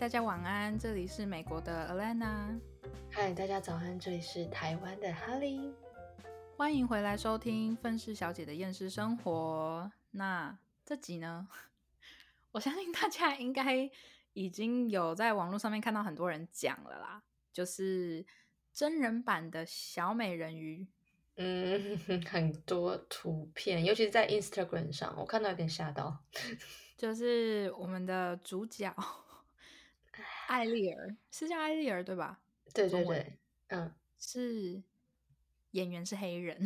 大家晚安，这里是美国的 Alana。 嗨，大家早安，这里是台湾的哈利。 欢迎回来收听愤世小姐的厌世生活。那这集呢，我相信大家应该已经有在网络上面看到很多人讲了啦，就是真人版的小美人鱼。 很多图片，尤其是在 Instagram 上，我看到有点吓到。 就是我们的主角艾丽儿，是叫艾丽儿对吧？ 对中文对对， 是演员是黑人。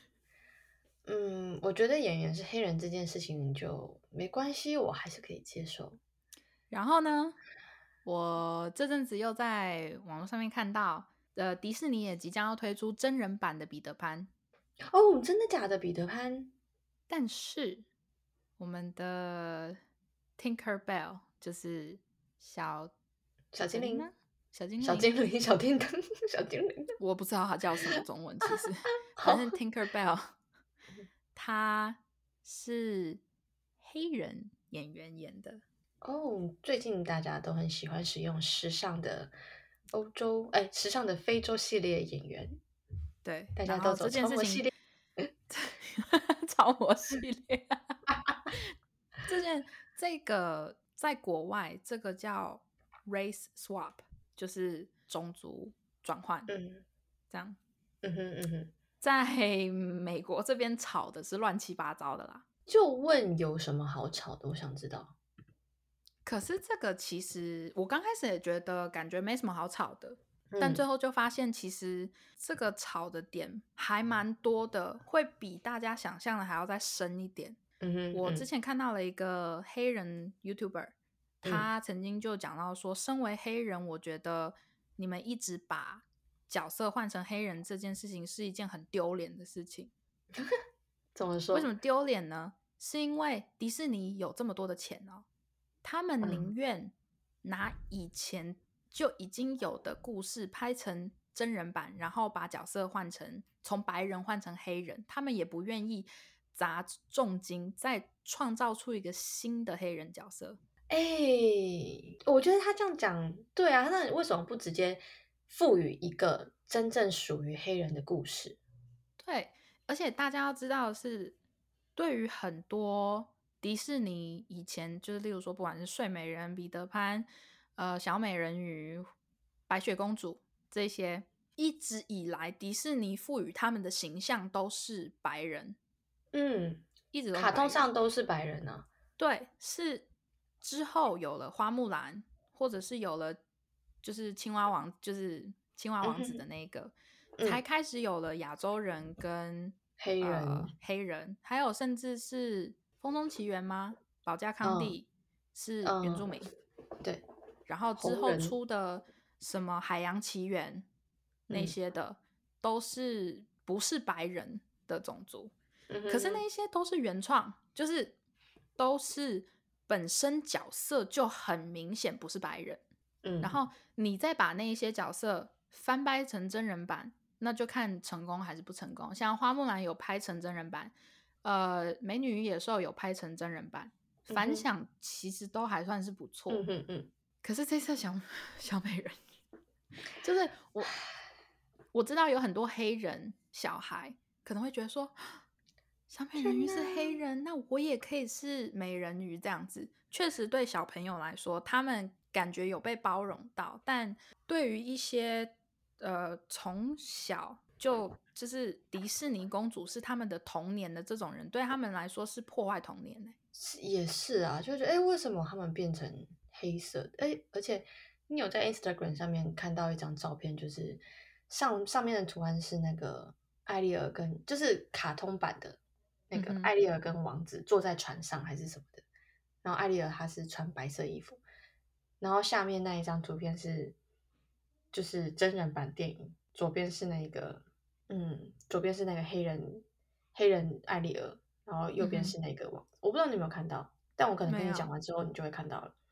我觉得演员是黑人这件事情就没关系，我还是可以接受。 然后呢，我这阵子又在网络上面看到，迪士尼也即将要推出真人版的彼得潘， 哦，真的假的？彼得潘？ 但是我们的 Tinkerbell 就是小小精灵， 精灵吗？小精灵， 小精灵，小叮当，小精灵。 我不知道它叫什么中文，其实反正 Tinkerbell 他是黑人演员演的。 哦，最近大家都很喜欢使用时尚的时尚的非洲系列演员， 对， 大家然后都走这件事情超模系列。 超模系列这个在国外这个叫 race swap， 就是种族转换， 嗯这样嗯哼嗯哼。 在美国这边吵的是乱七八糟的啦。 就问有什么好吵的？我想知道。 可是这个其实我刚开始也觉得感觉没什么好吵的，但最嗯后就发现其实这个吵的点还蛮多的，会比大家想象的还要再深一点。我之前看到了一个黑人 YouTuber， 他曾经就讲到说，身为黑人，我觉得你们一直把角色换成黑人这件事情是一件很丢脸的事情。 怎么说？ 为什么丢脸呢？是因为迪士尼有这么多的钱哦，他们宁愿拿以前就已经有的故事拍成真人版，然后把角色换成从白人换成黑人，他们也不愿意砸重金再创造出一个新的黑人角色。 我觉得他这样讲对啊，那你为什么不直接赋予一个真正属于黑人的故事？ 对，而且大家要知道的是，对于很多迪士尼以前就是例如说不管是睡美人、彼得潘、小美人鱼、白雪公主这些，一直以来迪士尼赋予他们的形象都是白人，一直都是卡通白人。 上都是白人啊。 对，是之后有了花木兰，或者是有了就是青蛙王，就是青蛙王子的那个，才开始有了亚洲人跟黑人， 黑人，还有甚至是《风中奇缘》吗？保加康嗯帝是原住嗯， 民， 对， 然后之后红人， 出的什么《海洋奇缘》那些的，都是不是白人的种族。可是那些都是原创，就是都是本身角色就很明显不是白人，然后你再把那一些角色翻拍成真人版，那就看成功还是不成功。像花木兰有拍成真人版，美女与野兽有拍成真人版，反响其实都还算是不错。可是这次小美人就是我知道有很多黑人小孩可能会觉得说，小美人鱼是黑人，那我也可以是美人鱼这样子。确实对小朋友来说，他们感觉有被包容到，但对于一些从小就是迪士尼公主是他们的童年的这种人，对他们来说是破坏童年也是啊，就觉得为什么他们变成黑色的？而且你有在 Instagram 上面看到一张照片，就是上面的图案是那个艾丽儿跟就是卡通版的那个艾丽儿跟王子坐在船上还是什么的，然后艾丽儿她是穿白色衣服，然后下面那一张图片是就是真人版电影，左边是那个黑人艾丽儿。然后右边是那个网，我不知道你有没有看到，但我可能跟你讲完之后，你就会看到了。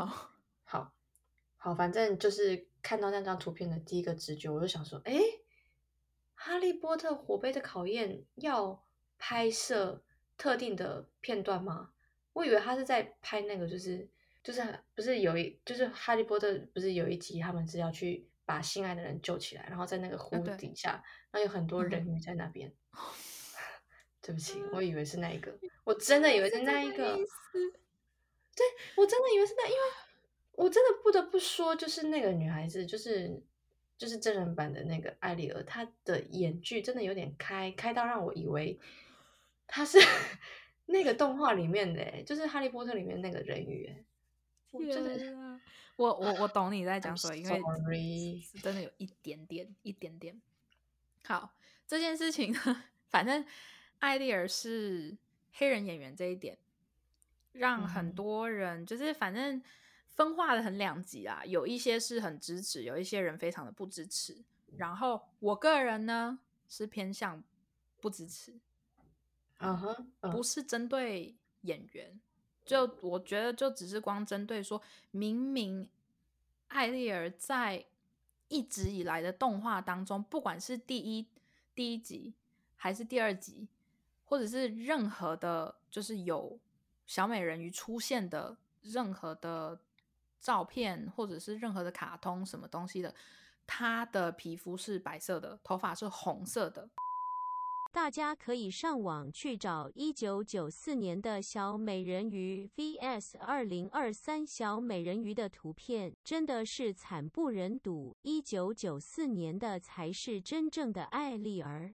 好，反正就是看到那张图片的第一个直觉，我就想说，哈利波特火杯的考验要拍摄特定的片段吗？我以为他是在拍那个就是就是不是就是哈利波特不是有一集他们是要去把心爱的人救起来，然后在那个湖对， 底下，然后有很多嗯哼， 人鱼在那边。对不起，我以为是那一个，我真原来的以为是是这个那一个。 意思。 对，我真的以为是那，因为我真的不得不说，就是那个女孩子，就是真人版的那个艾丽儿，她的演技真的有点开到让我以为她是那个动画里面的就是《哈利波特》里面那个人鱼我真的天啊，我懂你在 I'm 讲什么，因为 sorry。 是真的有一点点。好，这件事情呢，反正艾丽儿是黑人演员这一点，让很嗯多人就是反正分化的很两极啦，有一些是很支持，有一些人非常的不支持。然后我个人呢是偏向不支持， 嗯哼不是针对演员，就我觉得就只是光针对说，明明艾丽儿在一直以来的动画当中，不管是第一集还是第二集，或者是任何的，就是有小美人鱼出现的任何的照片，或者是任何的卡通什么东西的，她的皮肤是白色的，头发是红色的。 大家可以上网去找1994年的小美人鱼 vs 2023小美人鱼的图片，真的是惨不忍睹。1994年的才是真正的艾丽儿。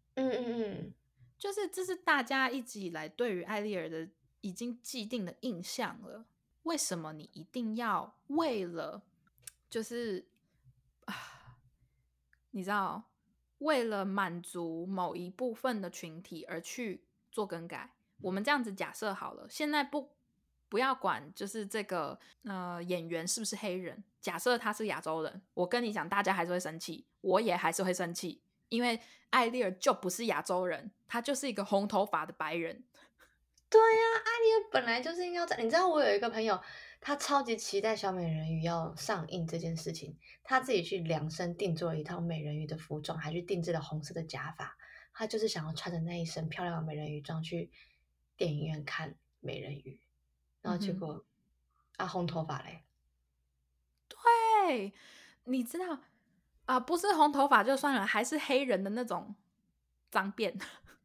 就是这是大家一直以来对于艾丽儿的已经既定的印象了。为什么你一定要为了就是你知道为了满足某一部分的群体而去做更改？我们这样子假设好了，现在不要管就是这个演员是不是黑人，假设他是亚洲人，我跟你讲，大家还是会生气，我也还是会生气，因为艾丽儿就不是亚洲人，她就是一个红头发的白人。 对呀、艾丽儿本来就是应该在。你知道我有一个朋友，他超级期待小美人鱼要上映这件事情，他自己去量身定做了一套美人鱼的服装，还去定制了红色的假发。他就是想要穿着那一身漂亮的美人鱼装去电影院看美人鱼，然后结果红头发嘞。 对，你知道不是红头发就算了，还是黑人的那种脏辫。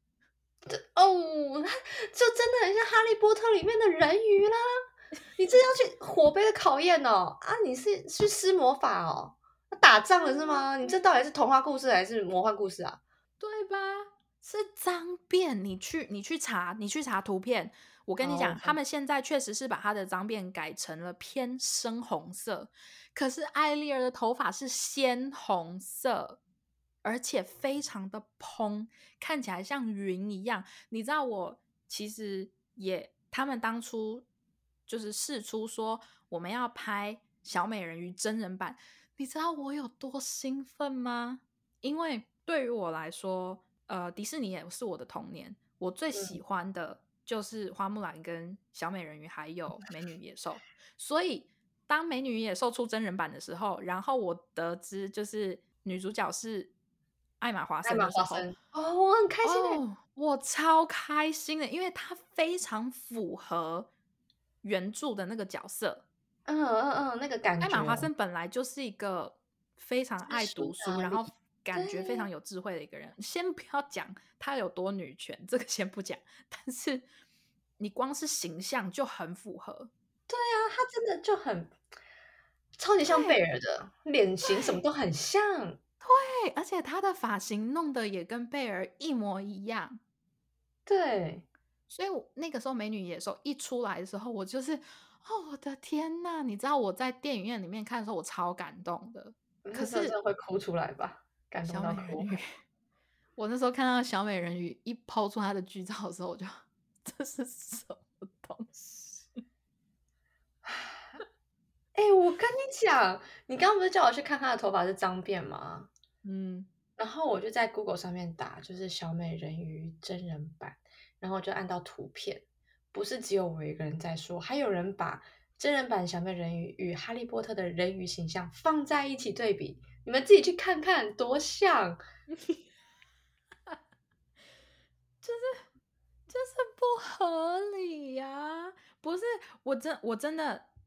哦，他就真的很像《哈利波特》里面的人鱼啦！你这要去火杯的考验哦！你是去施魔法哦？打仗了是吗？你这到底是童话故事还是魔幻故事啊？ 对吧？是脏辫，你去查图片。我跟你好， 讲，他们现在确实是把他的脏辫改成了偏深红色，可是艾丽儿的头发是鲜红色，而且非常的蓬，看起来像云一样。你知道我其实他们当初就是释出说我们要拍小美人鱼真人版，你知道我有多兴奋吗？因为对于我来说，迪士尼也是我的童年。我最喜欢的就是花木兰、跟小美人鱼，还有美女与野兽。所以当美女与野兽出真人版的时候，然后我得知就是女主角是艾玛华艾玛森的时候， 花生我很开心哎。 我超开心的，因为她非常符合原著的那个角色。 那个感艾玛华觉森本来就是一个非常爱知书读书，然后达理。 感觉非常对有智慧的一个人。先不要讲他有多女权，这个先不讲，但是你光是形象就很符合。 他真的就很超级像贝对尔的脸型，什么对都很像。 对，而且他的发型弄得也跟贝儿一模一样。 对， 所以我那个时候《美女野兽》一出来的时候，我就是我的天呐！你知道我在电影院里面看的时候，我超感动的。可那时候真的是会哭出来吧，感动小到哭。 美人鱼，我那时候看到小美人鱼一抛出她的剧照的时候，我就这是什么东西？ 我跟你讲，你刚刚不是叫我去看他的头发是脏辫吗？ 嗯， 然后我就在 Google 上面打，就是小美人鱼真人版，然后就按到图片，不是只有我一个人在说，还有人把真人版小美人鱼与哈利波特的人鱼形象放在一起对比，你们自己去看看，多像！ 就是不合理呀、不是，我真的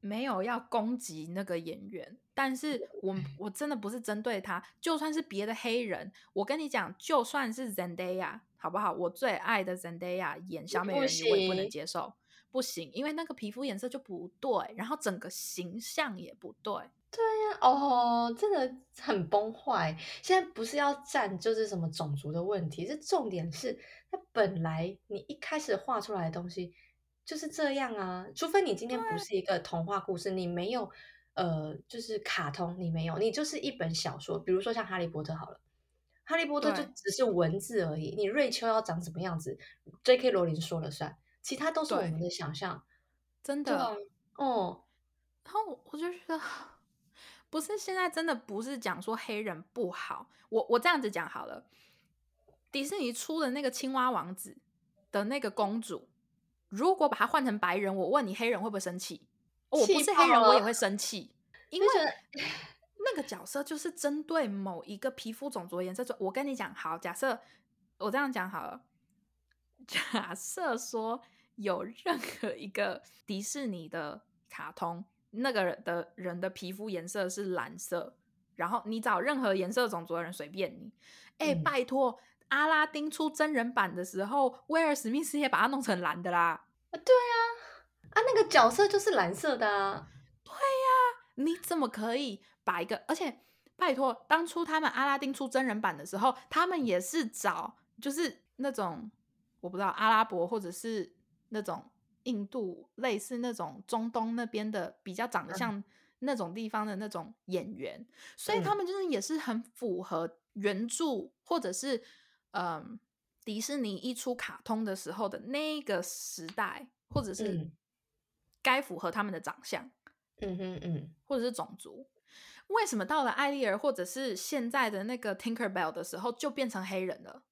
没有要攻击那个演员，但是我真的不是针对他，就算是别的黑人，我跟你讲，就算是 Zendaya 好不好？我最爱的 Zendaya 演小美人鱼，我也不能接受，不行，因为那个皮肤颜色就不对，然后整个形象也不对。 对呀、哦，真的很崩坏。现在不是要站就是什么种族的问题，是重点是它本来你一开始画出来的东西就是这样啊。除非你今天不是一个童话故事，你没有就是卡通，你没有，你就是一本小说，比如说像《哈利波特》好了，《哈利波特》就对只是文字而已，你瑞秋要长什么样子，J.K. 罗琳说了算，其他都是我们对， 的想象。对啊， 真的。 哦， 然后我就觉得，不是现在真的不是讲说黑人不好，我这样子讲好了。迪士尼出的那个青蛙王子的那个公主，如果把它换成白人，我问你黑人会不会生气？我不气是黑人，我爆了， 也会生气，因为就觉得那个角色就是针对某一个皮肤种族的颜色。我跟你讲，好，假设我这样讲好了，假设说有任何一个迪士尼的卡通，那个人的皮肤颜色是蓝色，然后你找任何颜色种族的人随便你，拜托，阿拉丁出真人版的时候，威尔史密斯也把它弄成蓝的啦。 对啊，那个角色就是蓝色的啊。 你怎么可以把一个？而且拜托，当初他们阿拉丁出真人版的时候，他们也是找就是那种我不知道阿拉伯或者是那种印度类似那种中东那边的比较长得像那种地方的那种演员，所以他们就是也是很符合原著或者是迪士尼一出卡通的时候的那个时代，或者是该符合他们的长相。或者是种族，为什么到了艾丽儿或者是现在的那个 Tinkerbell 的时候就变成黑人了？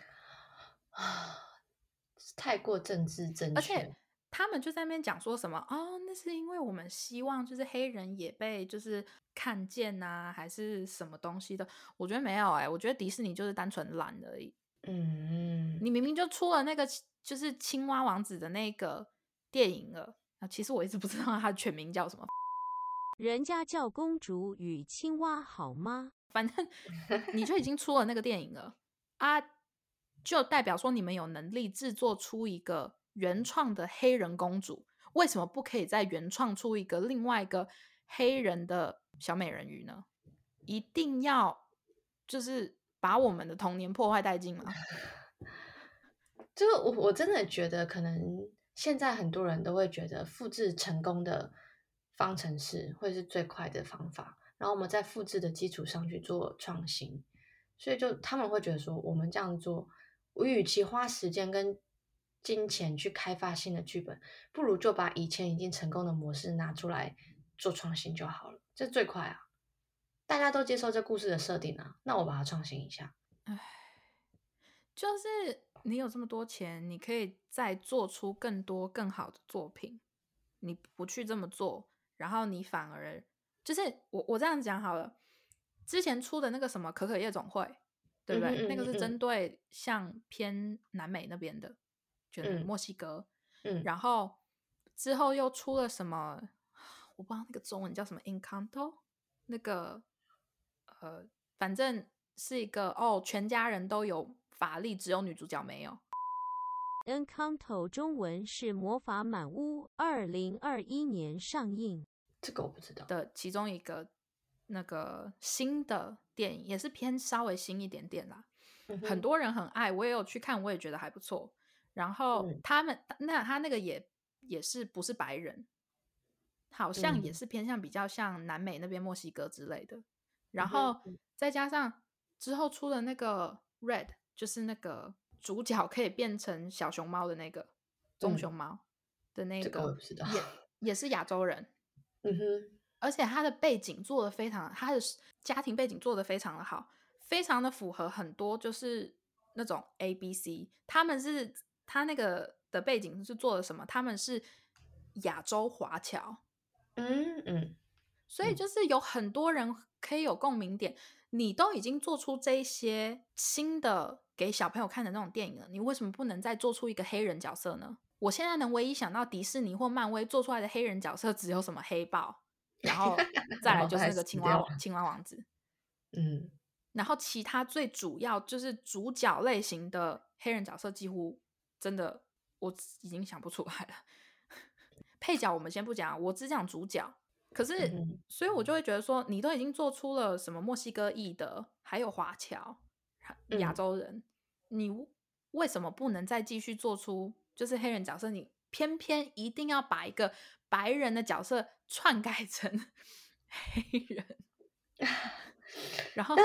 太过政治正而且确。 他们就在那边讲说什么那是因为我们希望就是黑人也被就是看见啊，还是什么东西的？我觉得没有我觉得迪士尼就是单纯懒而已。你明明就出了那个就是青蛙王子的那个电影了，其实我一直不知道它的全名叫什么。 人家叫公主与青蛙好吗？ 反正你就已经出了那个电影了啊，就代表说你们有能力制作出一个原创的黑人公主，为什么不可以再原创出一个另外一个黑人的小美人鱼呢？一定要就是把我们的童年破坏殆尽吗？ 就是我真的觉得，可能现在很多人都会觉得复制成功的方程式会是最快的方法，然后我们在复制的基础上去做创新，所以就他们会觉得说，我们这样做，我与其花时间跟金钱去开发新的剧本，不如就把以前已经成功的模式拿出来做创新就好了，这最快啊！大家都接受这故事的设定啊，那我把它创新一下。 就是你有这么多钱，你可以再做出更多更好的作品，你不去这么做，然后你反而就是我这样讲好了，之前出的那个什么可可夜总会，对不对？那个是针对像偏南美那边的，就是墨西哥，然后之后又出了什么，我不知道那个中文叫什么 Encanto， 那个反正是一个全家人都有法力，只有女主角没有。 Encanto 中文是魔法满屋，2021年上映。 这个我不知道的其中一个那个新的电影，也是偏稍微新一点点啦。很多人很爱，我也有去看，我也觉得还不错。然后他那个也是不是白人，好像也是偏向比较像南美那边墨西哥之类的。然后再加上之后出的那个 Red， 就是那个主角可以变成小熊猫的那个棕熊猫的那这个我也不知道， 也是亚洲人。而且他的背景做的非常，他的家庭背景做的非常的好，非常的符合很多就是那种 ABC， 他那个的背景是做的什么？他们是亚洲华侨，所以就是有很多人可以有共鸣点。 你都已经做出这一些新的给小朋友看的那种电影了，你为什么不能再做出一个黑人角色呢？我现在能唯一想到迪士尼或漫威做出来的黑人角色只有什么黑豹，然后再来就是那个青蛙王子，然后其他最主要就是主角类型的黑人角色几乎真的我已经想不出来了。配角我们先不讲，我只讲主角。可是所以我就会觉得说，你都已经做出了什么墨西哥裔的，还有华侨、亚洲人，你为什么不能再继续做出就是黑人角色？你偏偏一定要把一个白人的角色篡改成黑人，然后但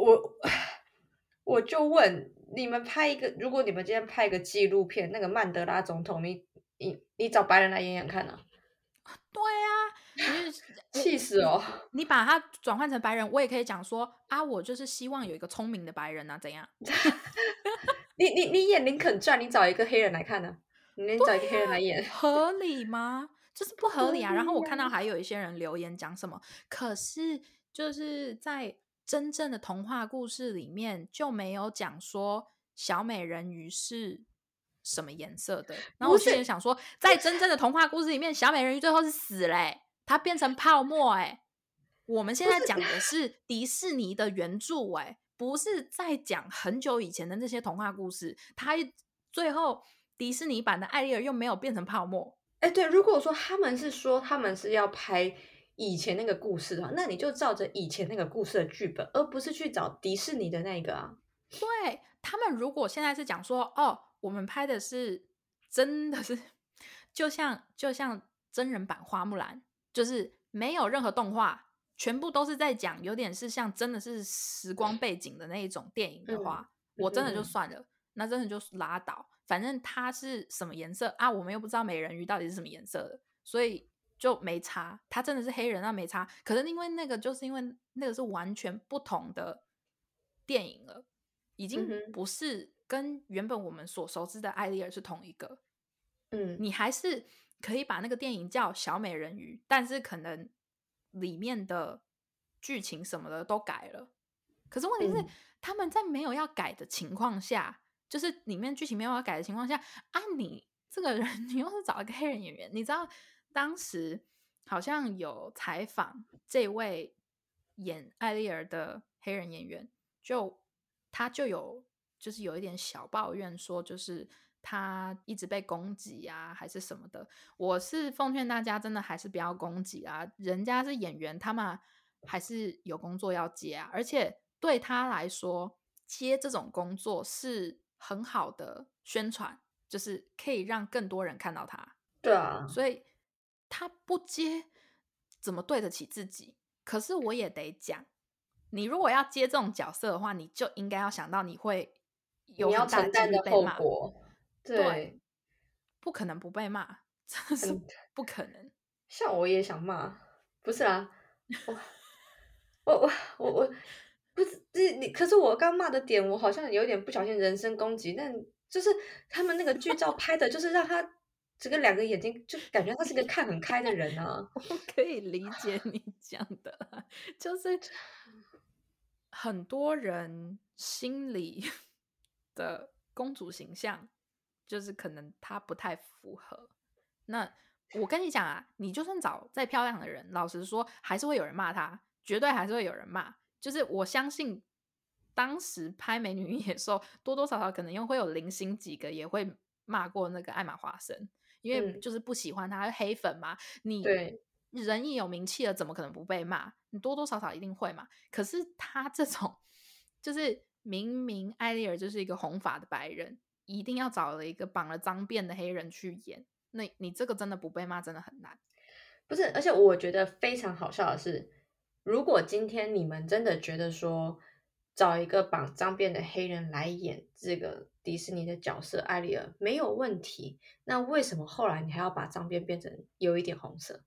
我就问你们拍一个，如果你们今天拍一个纪录片，那个曼德拉总统，你找白人来演演看啊？ 对啊， 气死哦！ 你把它转换成白人，我也可以讲说啊，我就是希望有一个聪明的白人啊，怎样？ 你演林肯传，你找一个黑人来看呢、你找一个黑人来演， 合理吗？就是不合理啊。然后我看到还有一些人留言讲什么，可是就是在真正的童话故事里面就没有讲说小美人鱼是什么颜色的。然后我心里想说，在真正的童话故事里面，小美人鱼最后是死嘞、她变成泡沫我们现在讲的是迪士尼的原著不是在讲很久以前的那些童话故事。它最后迪士尼版的艾丽儿又没有变成泡沫。 对，如果说他们是要拍以前那个故事的话，那你就照着以前那个故事的剧本，而不是去找迪士尼的那个啊。 对，他们如果现在是讲说，我们拍的是真的是就像真人版花木兰，就是没有任何动画，全部都是在讲有点是像真的是时光背景的那一种电影的话，我真的就算了，那真的就拉倒。反正它是什么颜色啊，我们又不知道美人鱼到底是什么颜色的，所以就没差。它真的是黑人，那没差。可是因为那个就是因为那个是完全不同的电影了，已经不是跟原本我们所熟知的艾丽儿是同一个。你还是可以把那个电影叫小美人鱼，但是可能里面的剧情什么的都改了。可是问题是，他们在没有要改的情况下，就是里面剧情没有要改的情况下啊，你这个人你又是找一个黑人演员。你知道当时好像有采访这位演艾丽儿的黑人演员，他就有就是有一点小抱怨说，就是他一直被攻击啊还是什么的。我是奉劝大家真的还是不要攻击啊，人家是演员，他们还是有工作要接啊。而且对他来说，接这种工作是很好的宣传，就是可以让更多人看到他。 对啊， 所以他不接怎么对得起自己？可是我也得讲，你如果要接这种角色的话，你就应该要想到你会有很大的几率被骂。对，不可能不被骂，真的是不可能。 像我也想骂，不是啦，我不是你，可是我刚骂的点，我好像有点不小心人身攻击，但就是他们那个剧照拍的，就是让他这个两个眼睛，就感觉他是个看很开的人啊。 我可以理解你讲的，就是很多人心里的公主形象，就是可能他不太符合。那我跟你讲啊，你就算找再漂亮的人，老实说，还是会有人骂他，绝对还是会有人骂。就是我相信，当时拍《美女与野兽》，多多少少可能又会有零星几个也会骂过那个艾玛华森，因为就是不喜欢他，黑粉嘛。你人一有名气了，怎么可能不被骂？你多多少少一定会嘛。可是他这种，就是明明艾丽儿就是一个红发的白人，一定要找了一个绑了脏辫的黑人去演，那你这个真的不被骂，真的很难。 不是，而且我觉得非常好笑的是，如果今天你们真的觉得说找一个绑脏辫的黑人来演这个迪士尼的角色艾丽儿没有问题，那为什么后来你还要把脏辫变成有一点红色？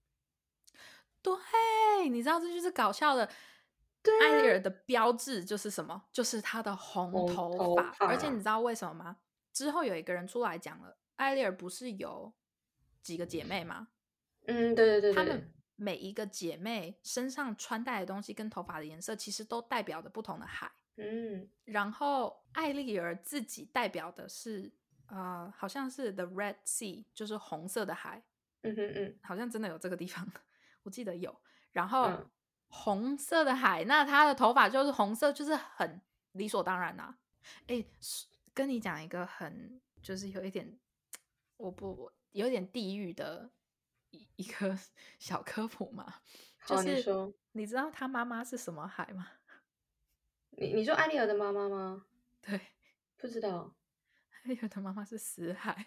对，你知道这就是搞笑的。艾丽儿的标志就是什么？就是她的红头发。而且你知道为什么吗？之后有一个人出来讲了，艾丽儿不是有几个姐妹吗？ 对， 她们每一个姐妹身上穿戴的东西跟头发的颜色，其实都代表着不同的海。然后艾丽儿自己代表的是好像是 The Red Sea， 就是红色的海。好像真的有这个地方，我记得有。然后红色的海，那她的头发就是红色，就是很理所当然啊。跟你讲一个很就是有一点有点地狱的一个小科普嘛，就是你知道她妈妈是什么海吗？ 你说艾丽儿的妈妈吗？ 对， 不知道。 艾丽儿的妈妈是死海。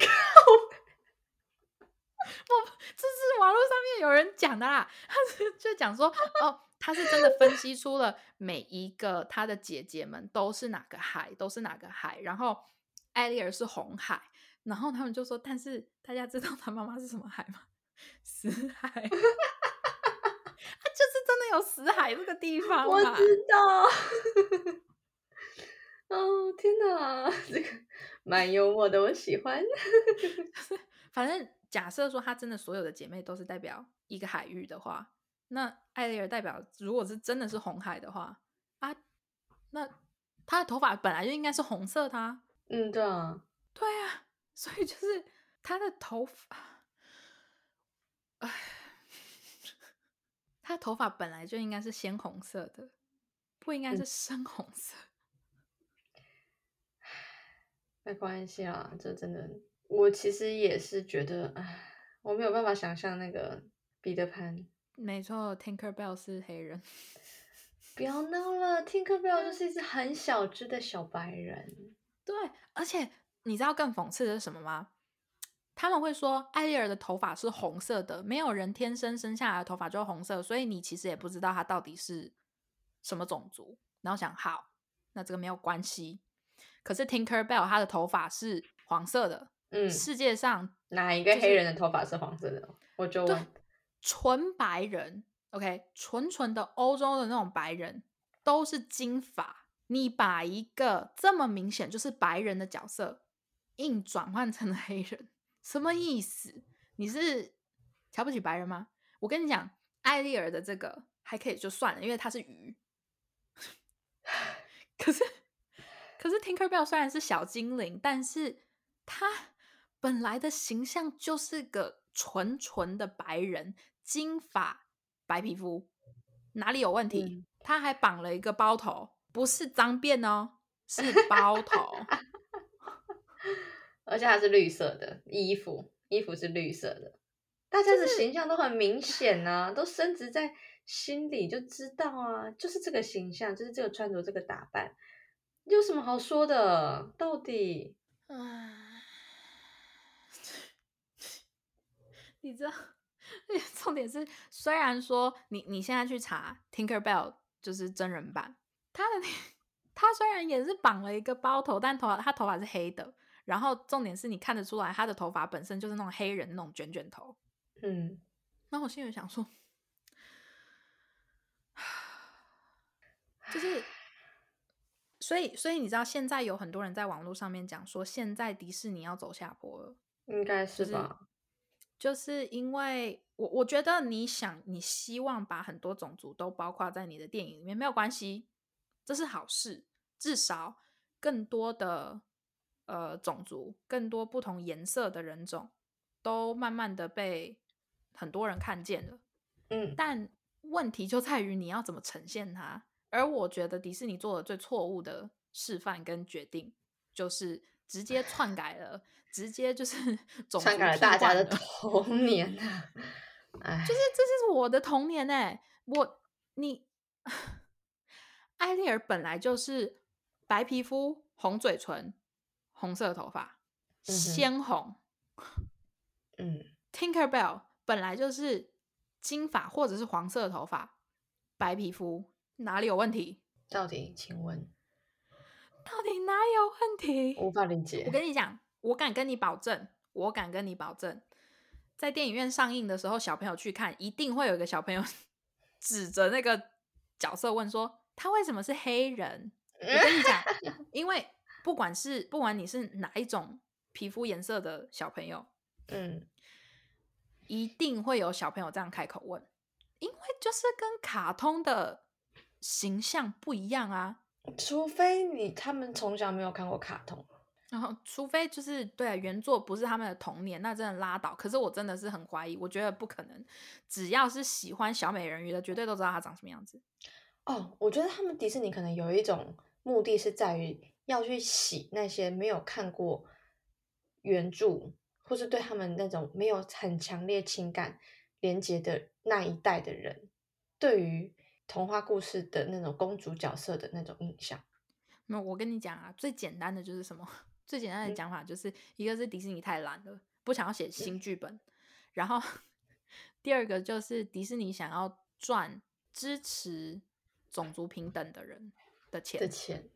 这是网络上面有人讲的啦，他就讲说他是真的分析出了每一个他的姐姐们都是哪个海，然后艾丽儿是红海，然后他们就说，但是大家知道他妈妈是什么海吗？死海。他就是真的有死海这个地方， 我知道。哦，天哪，这个蛮幽默的，我喜欢。 反正假设说她真的所有的姐妹都是代表一个海域的话，那艾丽儿代表如果是真的是红海的话那她的头发本来就应该是红色的。 对啊， 对啊，所以就是她的头发，她的头发本来就应该是鲜红色的，不应该是深红色。 没关系啦，这真的，我其实也是觉得，我没有办法想象那个彼得潘。 没错 ，Tinkerbell 是黑人。 不要闹了 ，Tinkerbell 就是一只很小只的小白人。 对，而且你知道更讽刺的是什么吗？他们会说艾丽儿的头发是红色的，没有人天生生下来的头发就是红色，所以你其实也不知道他到底是什么种族。然后想，好，那这个没有关系。可是 Tinkerbell 他的头发是黄色的，世界上哪一个黑人的头发是黄色的？我就问， 纯白人 ，OK， 纯的欧洲的那种白人都是金发。你把一个这么明显就是白人的角色硬转换成了黑人，什么意思？你是瞧不起白人吗？我跟你讲，艾丽儿的这个还可以就算了，因为她是鱼。可是 Tinkerbell 虽然是小精灵，但是她本来的形象就是个纯的白人，金发白皮肤，哪里有问题？她还绑了一个包头，不是脏辫哦，是包头。 而且它是绿色的衣服是绿色的，大家的形象都很明显啊，都深植在心里就知道啊，就是这个形象，就是这个穿着，这个打扮，有什么好说的？到底， 你知道，重点是，虽然说你现在去查 Tinkerbell 就是真人版，他虽然也是绑了一个包头，但他头发是黑的。然后重点是你看得出来，他的头发本身就是那种黑人那种卷卷头。然后我心里想说，就是，所以你知道，现在有很多人在网络上面讲说，现在迪士尼要走下坡了， 应该是吧？ 就是因为我觉得你希望把很多种族都包括在你的电影里面，没有关系，这是好事，至少更多的种族，更多不同颜色的人种都慢慢的被很多人看见了。但问题就在于你要怎么呈现它。而我觉得迪士尼做的最错误的示范跟决定，就是直接篡改了，直接就是种族篡改了大家的童年啊！ 就是这是我的童年艾丽儿本来就是白皮肤、红嘴唇、红色头发，鲜红。Tinkerbell 本来就是金发或者是黄色头发，白皮肤，哪里有问题？ 到底请问， 到底哪有问题？ 无法理解。 我跟你讲，我敢跟你保证，在电影院上映的时候，小朋友去看，一定会有一个小朋友指着那个角色问说：“他为什么是黑人？”我跟你讲，因为不管你是哪一种皮肤颜色的小朋友， 一定会有小朋友这样开口问，因为就是跟卡通的形象不一样啊。 除非他们从小没有看过卡通， 然后除非就是对原作不是他们的童年，那真的拉倒。可是我真的是很怀疑，我觉得不可能，只要是喜欢小美人鱼的，绝对都知道她长什么样子。 哦，我觉得他们迪士尼可能有一种目的是在于要去洗那些没有看过原著，或是对他们那种没有很强烈情感连接的那一代的人，对于童话故事的那种公主角色的那种印象。 那我跟你讲啊，最简单的就是什么？最简单的讲法就是一个是迪士尼太懒了，不想要写新剧本，然后第二个就是迪士尼想要赚支持种族平等的人的钱。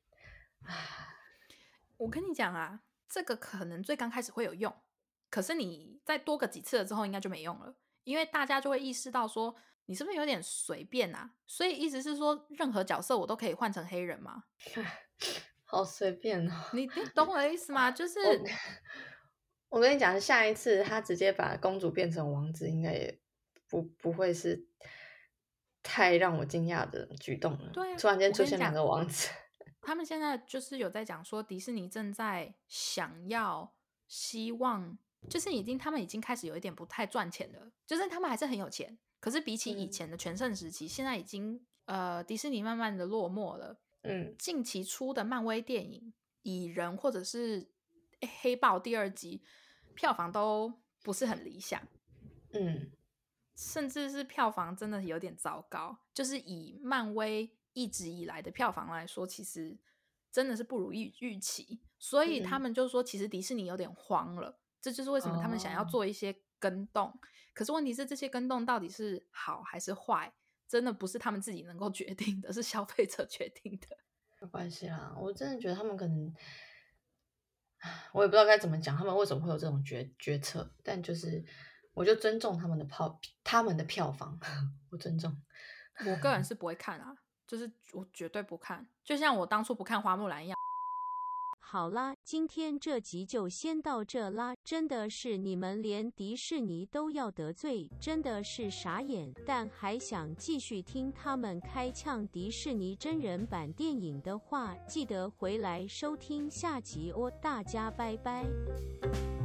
我跟你讲啊，这个可能最刚开始会有用，可是你再多个几次了之后，应该就没用了，因为大家就会意识到说，你是不是有点随便啊？所以意思是说，任何角色我都可以换成黑人吗？ 好随便哦！ 你懂我的意思吗？就是我跟你讲，下一次他直接把公主变成王子，应该也不会是太让我惊讶的举动了。 对啊， 突然间出现2个王子。 他们现在就是有在讲说，迪士尼正在希望，就是他们已经开始有一点不太赚钱了，就是他们还是很有钱，可是比起以前的全盛时期，现在已经迪士尼慢慢的落寞了。近期出的漫威电影《蚁人》或者是黑豹第2集，票房都不是很理想。甚至是票房真的有点糟糕，就是以漫威一直以来的票房来说，其实真的是不如预期，所以他们就说其实迪士尼有点慌了，这就是为什么他们想要做一些更动。可是问题是这些更动到底是好还是坏，真的不是他们自己能够决定的，是消费者决定的。 没关系啦，我真的觉得他们可能，我也不知道该怎么讲，他们为什么会有这种决策，但就是我就尊重他们的票房，我尊重。 我个人是不会看啊，就是我绝对不看，就像我当初不看花木兰一样。 好啦，今天这集就先到这啦，真的是你们连迪士尼都要得罪，真的是傻眼，但还想继续听他们开呛迪士尼真人版电影的话，记得回来收听下集哦，大家拜拜。